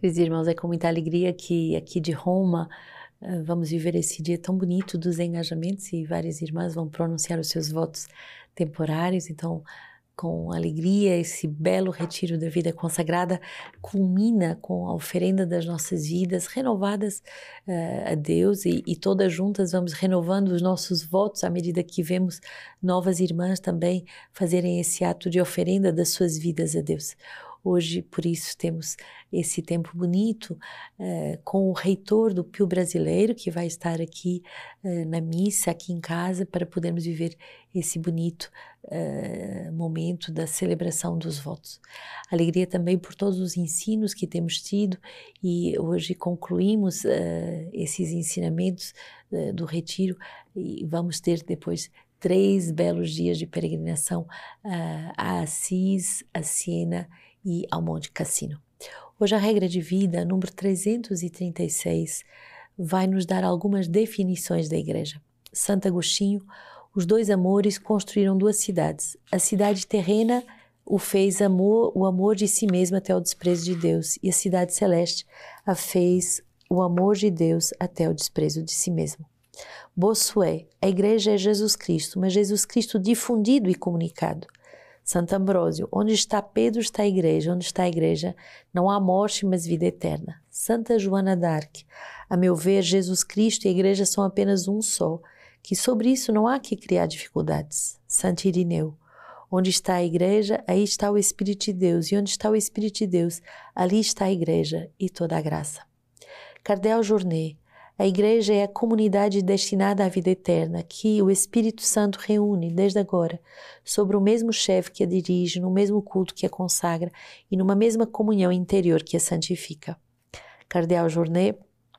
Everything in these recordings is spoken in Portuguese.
Queridos irmãos, é com muita alegria que aqui de Roma vamos viver esse dia tão bonito dos engajamentos e várias irmãs vão pronunciar os seus votos temporários. Então, com alegria, esse belo retiro da vida consagrada culmina com a oferenda das nossas vidas renovadas a Deus e todas juntas vamos renovando os nossos votos à medida que vemos novas irmãs também fazerem esse ato de oferenda das suas vidas a Deus. Hoje, por isso, temos esse tempo bonito com o reitor do Pio Brasileiro, que vai estar aqui na missa, aqui em casa, para podermos viver esse bonito momento da celebração dos votos. Alegria também por todos os ensinos que temos tido e hoje concluímos esses ensinamentos do retiro e vamos ter depois 3 belos dias de peregrinação a Assis, a Siena e ao Monte Cassino. Hoje a regra de vida, número 336, vai nos dar algumas definições da igreja. Santo Agostinho, os 2 amores construíram 2 cidades. A cidade terrena o fez o amor de si mesmo até o desprezo de Deus, e a cidade celeste a fez o amor de Deus até o desprezo de si mesmo. Bossuet, a igreja é Jesus Cristo, mas Jesus Cristo difundido e comunicado. Santo Ambrósio, onde está Pedro está a igreja, onde está a igreja não há morte, mas vida eterna. Santa Joana d'Arc, a meu ver, Jesus Cristo e a igreja são apenas um só, que sobre isso não há que criar dificuldades. Santo Irineu, onde está a igreja, aí está o Espírito de Deus, e onde está o Espírito de Deus, ali está a igreja e toda a graça. Cardeal Journet, a igreja é a comunidade destinada à vida eterna, que o Espírito Santo reúne desde agora, sobre o mesmo chefe que a dirige, no mesmo culto que a consagra e numa mesma comunhão interior que a santifica. Cardeal Journet,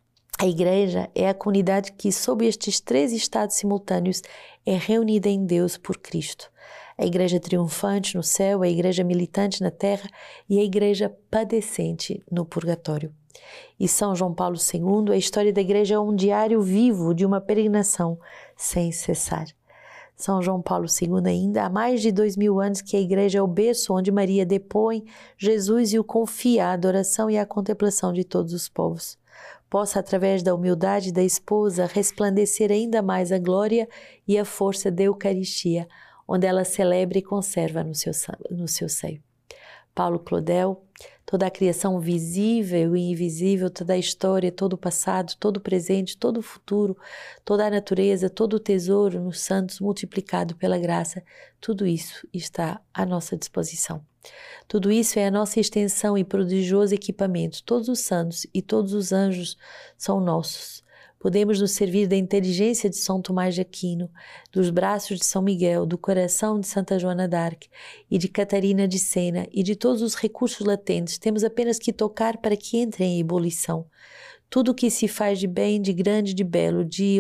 a igreja é a comunidade que, sob estes 3 estados simultâneos, é reunida em Deus por Cristo. A igreja triunfante no céu, a igreja militante na terra e a igreja padecente no purgatório. E São João Paulo II, a história da igreja é um diário vivo de uma peregrinação sem cessar. São João Paulo II ainda, há mais de 2000 anos que a igreja é o berço onde Maria depõe Jesus e o confia à adoração e à contemplação de todos os povos. Possa, através da humildade da esposa, resplandecer ainda mais a glória e a força da Eucaristia, onde ela celebra e conserva no seu seio. Paulo Claudel, toda a criação visível e invisível, toda a história, todo o passado, todo o presente, todo o futuro, toda a natureza, todo o tesouro nos santos multiplicado pela graça, tudo isso está à nossa disposição. Tudo isso é a nossa extensão e prodigioso equipamento. Todos os santos e todos os anjos são nossos. Podemos nos servir da inteligência de São Tomás de Aquino, dos braços de São Miguel, do coração de Santa Joana d'Arc e de Catarina de Sena e de todos os recursos latentes. Temos apenas que tocar para que entrem em ebulição. Tudo o que se faz de bem, de grande, de belo, de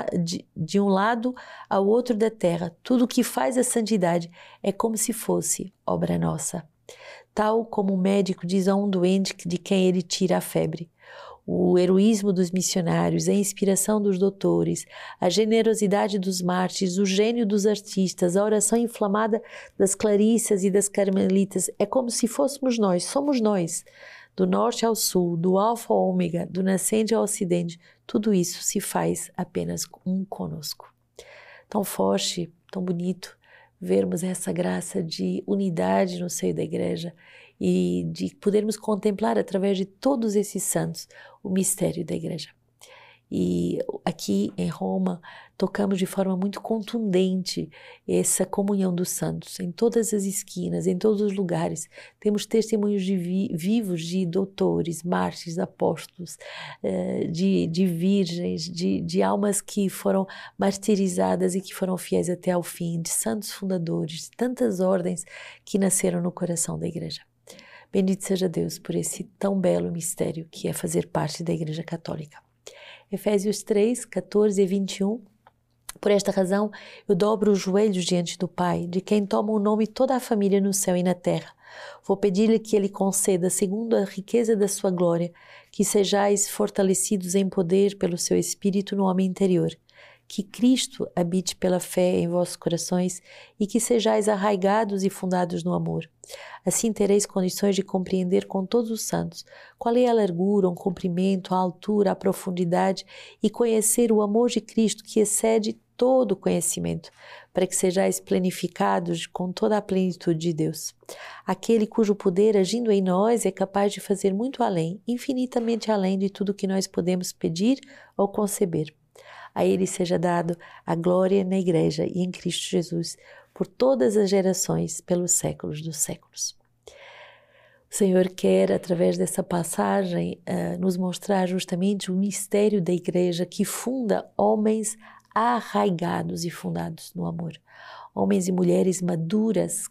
um lado ao outro da terra, tudo o que faz a santidade é como se fosse obra nossa. Tal como o médico diz a um doente de quem ele tira a febre. O heroísmo dos missionários, a inspiração dos doutores, a generosidade dos mártires, o gênio dos artistas, a oração inflamada das clarissas e das carmelitas, é como se fôssemos nós, somos nós, do norte ao sul, do alfa ao ômega, do nascente ao ocidente, tudo isso se faz apenas um conosco. Tão forte, tão bonito vermos essa graça de unidade no seio da igreja e de podermos contemplar através de todos esses santos o mistério da igreja. E aqui em Roma tocamos de forma muito contundente essa comunhão dos santos, em todas as esquinas, em todos os lugares. Temos testemunhos vivos de doutores, mártires, apóstolos, de virgens, de almas que foram martirizadas e que foram fiéis até ao fim, de santos fundadores, de tantas ordens que nasceram no coração da igreja. Bendito seja Deus por esse tão belo mistério que é fazer parte da Igreja Católica. Efésios 3, 14 e 21. Por esta razão, eu dobro os joelhos diante do Pai, de quem toma o nome toda a família no céu e na terra. Vou pedir-lhe que Ele conceda, segundo a riqueza da sua glória, que sejais fortalecidos em poder pelo seu Espírito no homem interior, que Cristo habite pela fé em vossos corações e que sejais arraigados e fundados no amor. Assim tereis condições de compreender com todos os santos qual é a largura, o comprimento, a altura, a profundidade e conhecer o amor de Cristo que excede todo o conhecimento, para que sejais plenificados com toda a plenitude de Deus. Aquele cujo poder, agindo em nós, é capaz de fazer muito além, infinitamente além de tudo que nós podemos pedir ou conceber. A Ele seja dado a glória na Igreja e em Cristo Jesus, por todas as gerações, pelos séculos dos séculos. O Senhor quer, através dessa passagem, nos mostrar justamente o mistério da Igreja que funda homens arraigados e fundados no amor. Homens e mulheres maduros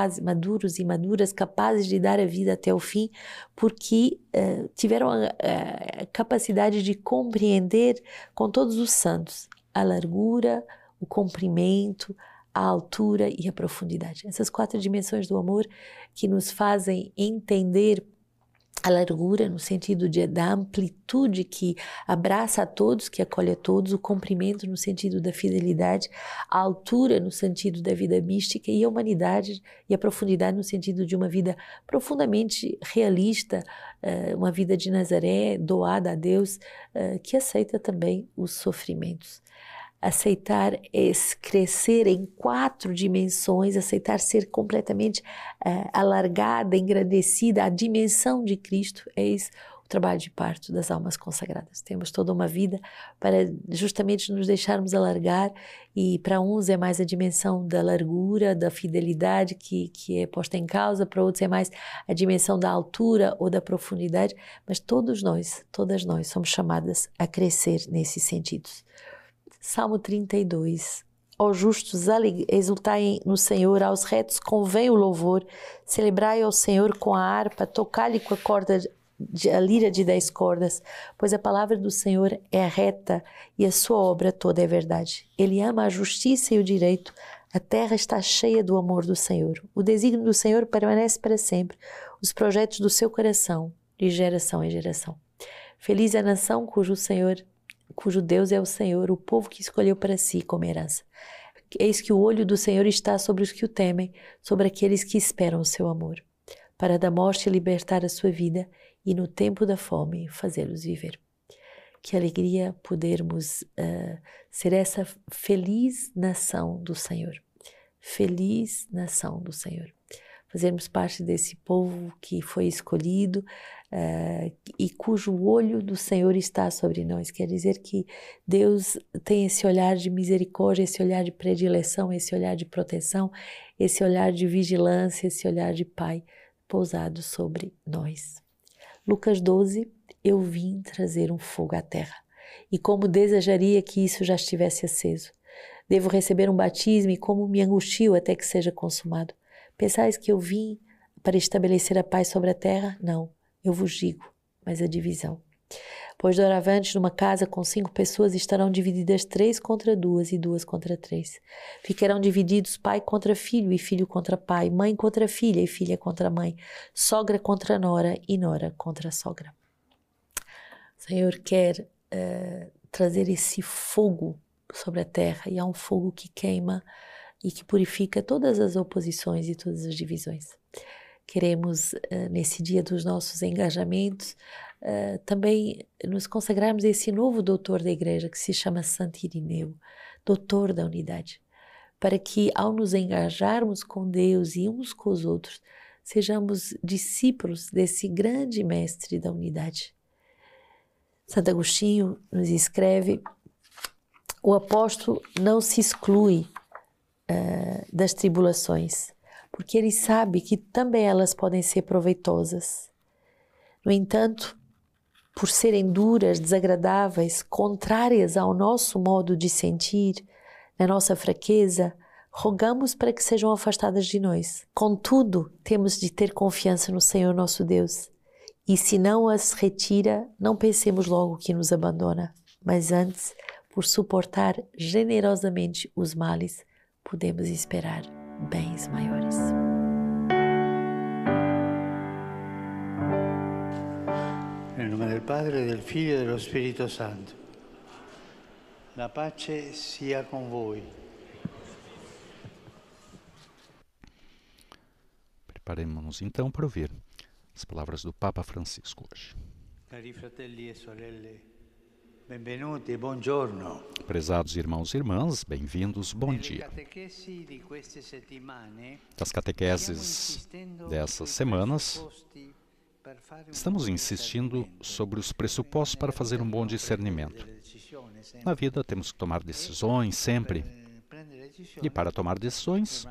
e maduras, capazes de dar a vida até o fim, porque tiveram a capacidade de compreender com todos os santos a largura, o comprimento, a altura e a profundidade. Essas 4 dimensões do amor que nos fazem entender a largura no sentido da amplitude que abraça a todos, que acolhe a todos, o comprimento no sentido da fidelidade, a altura no sentido da vida mística e a humanidade e a profundidade no sentido de uma vida profundamente realista, uma vida de Nazaré, doada a Deus, que aceita também os sofrimentos. Aceitar crescer em 4 dimensões, aceitar ser completamente alargada, engrandecida, a dimensão de Cristo, eis o trabalho de parto das almas consagradas. Temos toda uma vida para justamente nos deixarmos alargar, e para uns é mais a dimensão da largura, da fidelidade que é posta em causa, para outros é mais a dimensão da altura ou da profundidade, mas todas nós somos chamadas a crescer nesses sentidos. Salmo 32. Ó justos, exultai no Senhor, aos retos convém o louvor, celebrai ao Senhor com a harpa, tocai-lhe com a lira de 10 cordas, pois a palavra do Senhor é reta e a sua obra toda é verdade. Ele ama a justiça e o direito, a terra está cheia do amor do Senhor. O desígnio do Senhor permanece para sempre, os projetos do seu coração, de geração em geração. Feliz é a nação cujo Deus é o Senhor, o povo que escolheu para si como herança. Eis que o olho do Senhor está sobre os que o temem, sobre aqueles que esperam o seu amor, para da morte libertar a sua vida e no tempo da fome fazê-los viver. Que alegria podermos ser essa feliz nação do Senhor. Feliz nação do Senhor. Fazermos parte desse povo que foi escolhido e cujo olho do Senhor está sobre nós. Quer dizer que Deus tem esse olhar de misericórdia, esse olhar de predileção, esse olhar de proteção, esse olhar de vigilância, esse olhar de Pai pousado sobre nós. Lucas 12, eu vim trazer um fogo à terra. E como desejaria que isso já estivesse aceso. Devo receber um batismo e como me angustio até que seja consumado. Pensais que eu vim para estabelecer a paz sobre a terra? Não, eu vos digo, mas a divisão. Pois doravante numa casa com 5 pessoas estarão divididas 3 contra 2 e 2 contra 3. Ficarão divididos pai contra filho e filho contra pai, mãe contra filha e filha contra mãe, sogra contra nora e nora contra sogra. O Senhor quer trazer esse fogo sobre a terra, e há um fogo que queima e que purifica todas as oposições e todas as divisões. Queremos, nesse dia dos nossos engajamentos, também nos consagrarmos a esse novo doutor da Igreja, que se chama Santo Irineu, doutor da unidade, para que, ao nos engajarmos com Deus e uns com os outros, sejamos discípulos desse grande mestre da unidade. Santo Agostinho nos escreve: o apóstolo não se exclui das tribulações, porque ele sabe que também elas podem ser proveitosas. No entanto, por serem duras, desagradáveis, contrárias ao nosso modo de sentir, na nossa fraqueza, rogamos para que sejam afastadas de nós. Contudo, temos de ter confiança no Senhor nosso Deus, e se não as retira, não pensemos logo que nos abandona, mas antes, por suportar generosamente os males, podemos esperar bens maiores. Nel nome del Padre, del Figlio e dello Spirito Santo. La pace sia con voi. Preparemos-nos então para ouvir as palavras do Papa Francisco hoje. Cari fratelli e sorelle, benvenuti e buongiorno. Prezados irmãos e irmãs, bem-vindos, bom dia. Das catequeses dessas semanas, estamos insistindo sobre os pressupostos para fazer um bom discernimento. Na vida temos que tomar decisões sempre, e para tomar decisões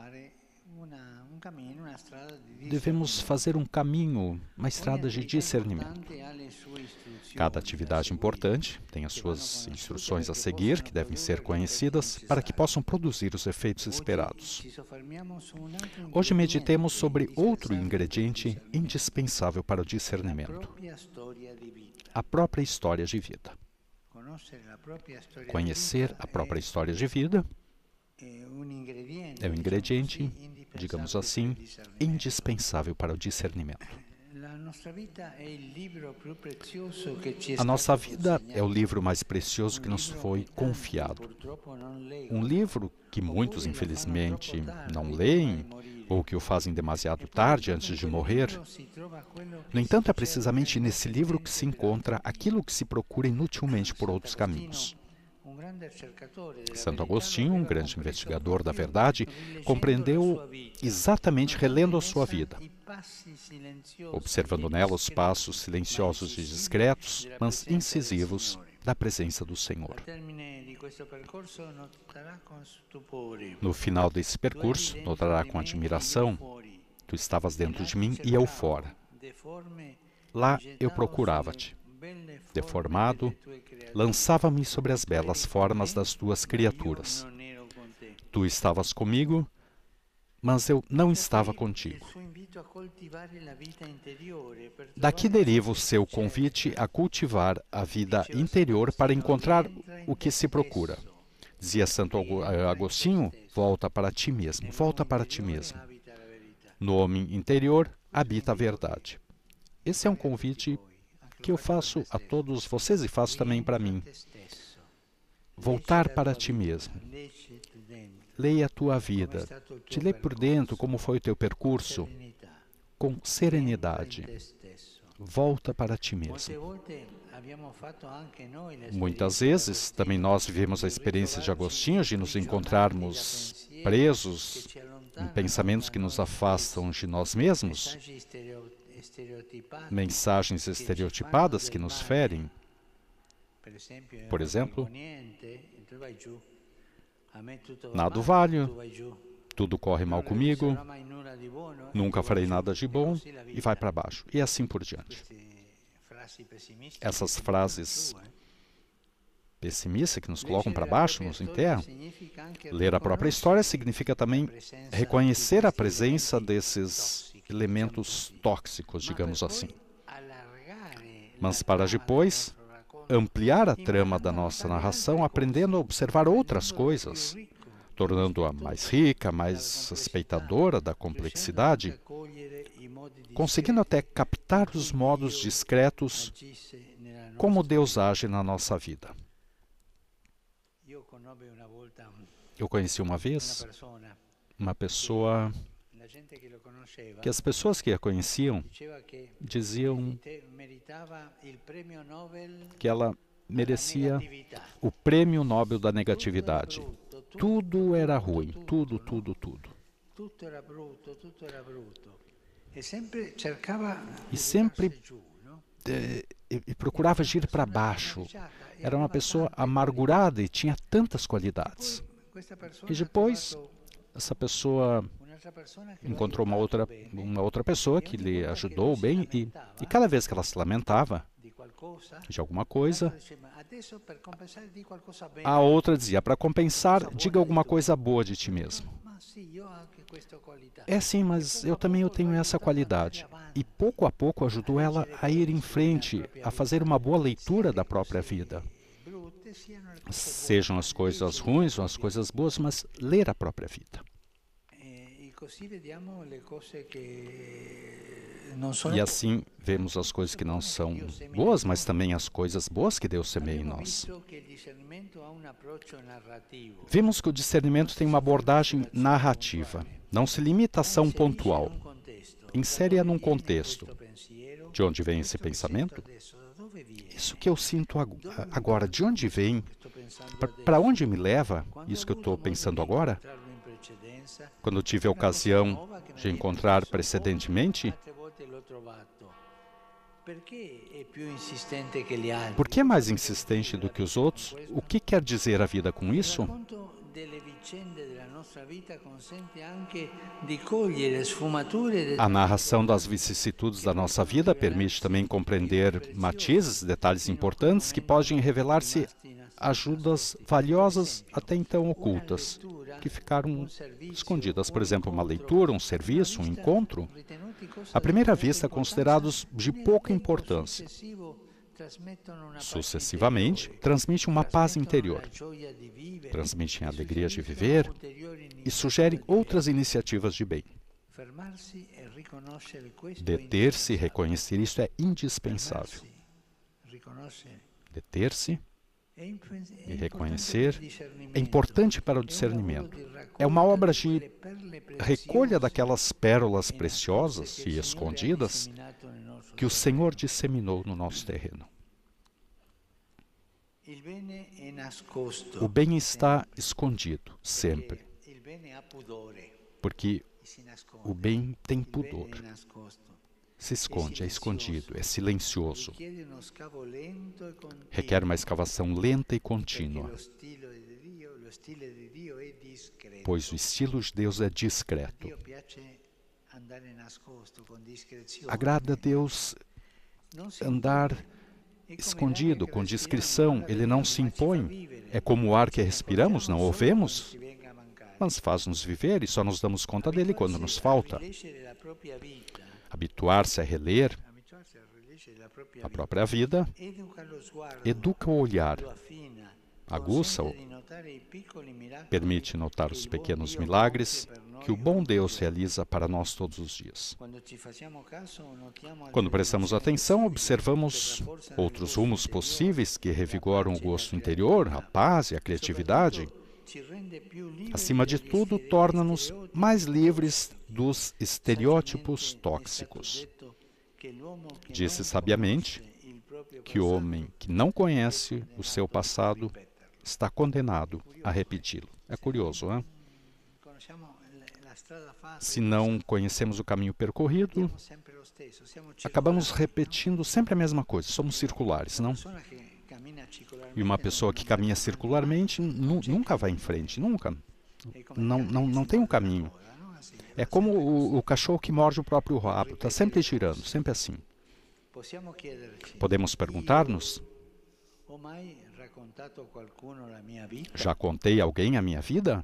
devemos fazer um caminho, uma estrada de discernimento. Cada atividade importante tem as suas instruções a seguir, que devem ser conhecidas, para que possam produzir os efeitos esperados. Hoje meditemos sobre outro ingrediente indispensável para o discernimento: a própria história de vida. Conhecer a própria história de vida é um ingrediente, digamos assim, indispensável para o discernimento. A nossa vida é o livro mais precioso que nos foi confiado. Um livro que muitos, infelizmente, não leem ou que o fazem demasiado tarde antes de morrer. No entanto, é precisamente nesse livro que se encontra aquilo que se procura inutilmente por outros caminhos. Santo Agostinho, um grande investigador da verdade, compreendeu exatamente relendo a sua vida, observando nela os passos silenciosos e discretos, mas incisivos, da presença do Senhor. No final desse percurso, notará com admiração: tu estavas dentro de mim e eu fora. Lá eu procurava-te. Deformado, lançava-me sobre as belas formas das tuas criaturas. Tu estavas comigo, mas eu não estava contigo. Daqui deriva o seu convite a cultivar a vida interior para encontrar o que se procura. Dizia Santo Agostinho: volta para ti mesmo, volta para ti mesmo. No homem interior habita a verdade. Esse é um convite que eu faço a todos vocês e faço também para mim. Voltar para ti mesmo. Leia a tua vida. Te lê por dentro como foi o teu percurso. Com serenidade. Volta para ti mesmo. Muitas vezes, também nós vivemos a experiência de Agostinho de nos encontrarmos presos em pensamentos que nos afastam de nós mesmos, mensagens estereotipadas que nos ferem. Por exemplo, nada vale, tudo corre mal comigo, nunca farei nada de bom, e vai para baixo. E assim por diante. Essas frases pessimistas que nos colocam para baixo, nos enterram. Ler a própria história significa também reconhecer a presença desses elementos tóxicos, digamos assim. Mas para depois ampliar a trama da nossa narração, aprendendo a observar outras coisas, tornando-a mais rica, mais respeitadora da complexidade, conseguindo até captar os modos discretos como Deus age na nossa vida. Eu conheci uma vez uma pessoa que as pessoas que a conheciam diziam que ela merecia o prêmio Nobel da negatividade. Tudo era ruim, tudo. E sempre procurava ir para baixo. Era uma pessoa amargurada e tinha tantas qualidades. E depois, essa pessoa encontrou uma outra pessoa que lhe ajudou bem e cada vez que ela se lamentava de alguma coisa, a outra dizia: para compensar, diga alguma coisa boa de ti mesmo. É sim, mas eu tenho essa qualidade. E pouco a pouco ajudou ela a ir em frente, a fazer uma boa leitura da própria vida. Sejam as coisas ruins ou as coisas boas, mas ler a própria vida. E assim vemos as coisas que não são boas, mas também as coisas boas que Deus semeia em nós. Vimos que o discernimento tem uma abordagem narrativa. Não se limita à ação pontual. Insere-a num contexto. De onde vem esse pensamento? Isso que eu sinto agora, de onde vem? Para onde me leva isso que eu estou pensando agora? Quando tive a ocasião de encontrar precedentemente, por que é mais insistente do que os outros? O que quer dizer a vida com isso? A narração das vicissitudes da nossa vida permite também compreender matizes, detalhes importantes que podem revelar-se ajudas valiosas até então ocultas, que ficaram escondidas. Por exemplo, uma leitura, um serviço, um encontro, à primeira vista considerados de pouca importância. Sucessivamente, transmitem uma paz interior, transmitem a alegria de viver e sugerem outras iniciativas de bem. Deter-se e reconhecer isso é indispensável. Deter-se e reconhecer é importante para o discernimento. É uma obra de recolha daquelas pérolas preciosas e escondidas que o Senhor disseminou no nosso terreno. O bem está escondido, sempre. Porque o bem tem pudor. Se esconde, é escondido, é silencioso. Requer uma escavação lenta e contínua. Pois o estilo de Deus é discreto. Agrada a Deus andar escondido, com discrição. Ele não se impõe. É como o ar que respiramos, não o vemos, mas faz-nos viver e só nos damos conta dele quando nos falta. Habituar-se a reler a própria vida educa o olhar, aguça-o, permite notar os pequenos milagres que o bom Deus realiza para nós todos os dias. Quando prestamos atenção, observamos outros rumos possíveis que revigoram o gosto interior, a paz e a criatividade. Acima de tudo, torna-nos mais livres dos estereótipos tóxicos. Disse sabiamente que o homem que não conhece o seu passado está condenado a repeti-lo. É curioso, não é? Se não conhecemos o caminho percorrido, acabamos repetindo sempre a mesma coisa. Somos circulares, não? E uma pessoa que caminha circularmente nunca vai em frente, nunca. Não tem um caminho. É como o cachorro que morde o próprio rabo, está sempre girando, sempre assim. Podemos perguntar-nos: já contei a alguém a minha vida?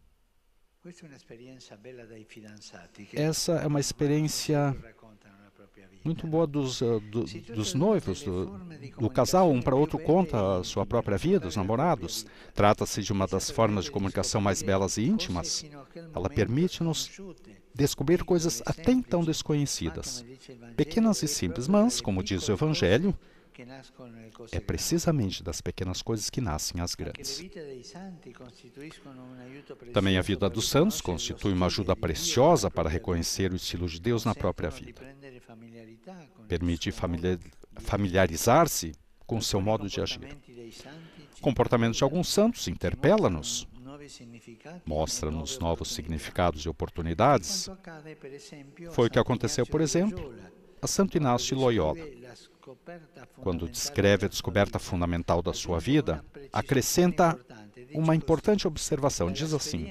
Essa é uma experiência muito boa dos noivos, do casal. Um para outro conta a sua própria vida, os namorados. Trata-se de uma das formas de comunicação mais belas e íntimas. Ela permite-nos descobrir coisas até então desconhecidas. Pequenas e simples, mas, como diz o Evangelho, é precisamente das pequenas coisas que nascem as grandes. Também a vida dos santos constitui uma ajuda preciosa para reconhecer o estilo de Deus na própria vida. Permite familiarizar-se com o seu modo de agir. O comportamento de alguns santos interpela-nos, mostra-nos novos significados e oportunidades. Foi o que aconteceu, por exemplo, a Santo Inácio de Loyola. Quando descreve a descoberta fundamental da sua vida, acrescenta uma importante observação. Diz assim: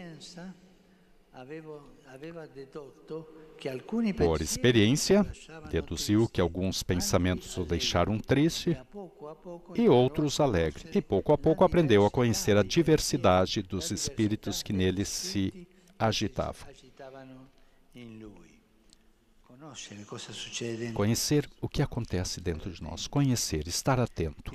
por experiência, deduziu que alguns pensamentos o deixaram triste e outros alegre. E pouco a pouco aprendeu a conhecer a diversidade dos espíritos que nele se agitavam. Conhecer o que acontece dentro de nós, conhecer, estar atento.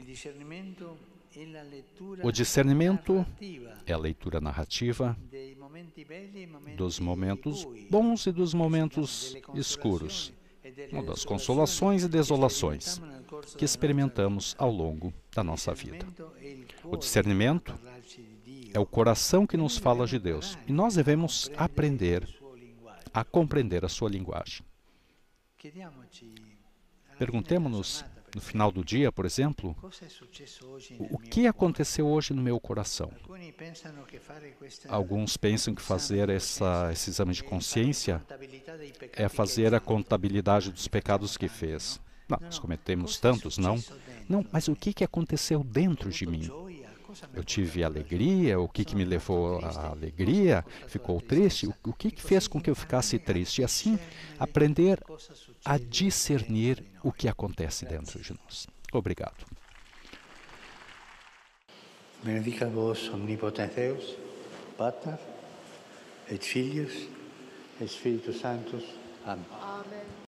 O discernimento é a leitura narrativa dos momentos bons e dos momentos escuros, ou das consolações e desolações que experimentamos ao longo da nossa vida. O discernimento é o coração que nos fala de Deus, e nós devemos aprender a compreender a sua linguagem. Perguntemo-nos, no final do dia, por exemplo, o que aconteceu hoje no meu coração? Alguns pensam que fazer esse exame de consciência é fazer a contabilidade dos pecados que fez. Não, nós cometemos tantos, não? Não, mas o que aconteceu dentro de mim? Eu tive alegria, o que me levou à alegria? Ficou triste? O que fez com que eu ficasse triste? E assim, aprender a discernir o que acontece dentro de nós. Obrigado. Benedica vos omnipotens Deus, Pater, et Filius, et Spiritus Sanctus. Amém.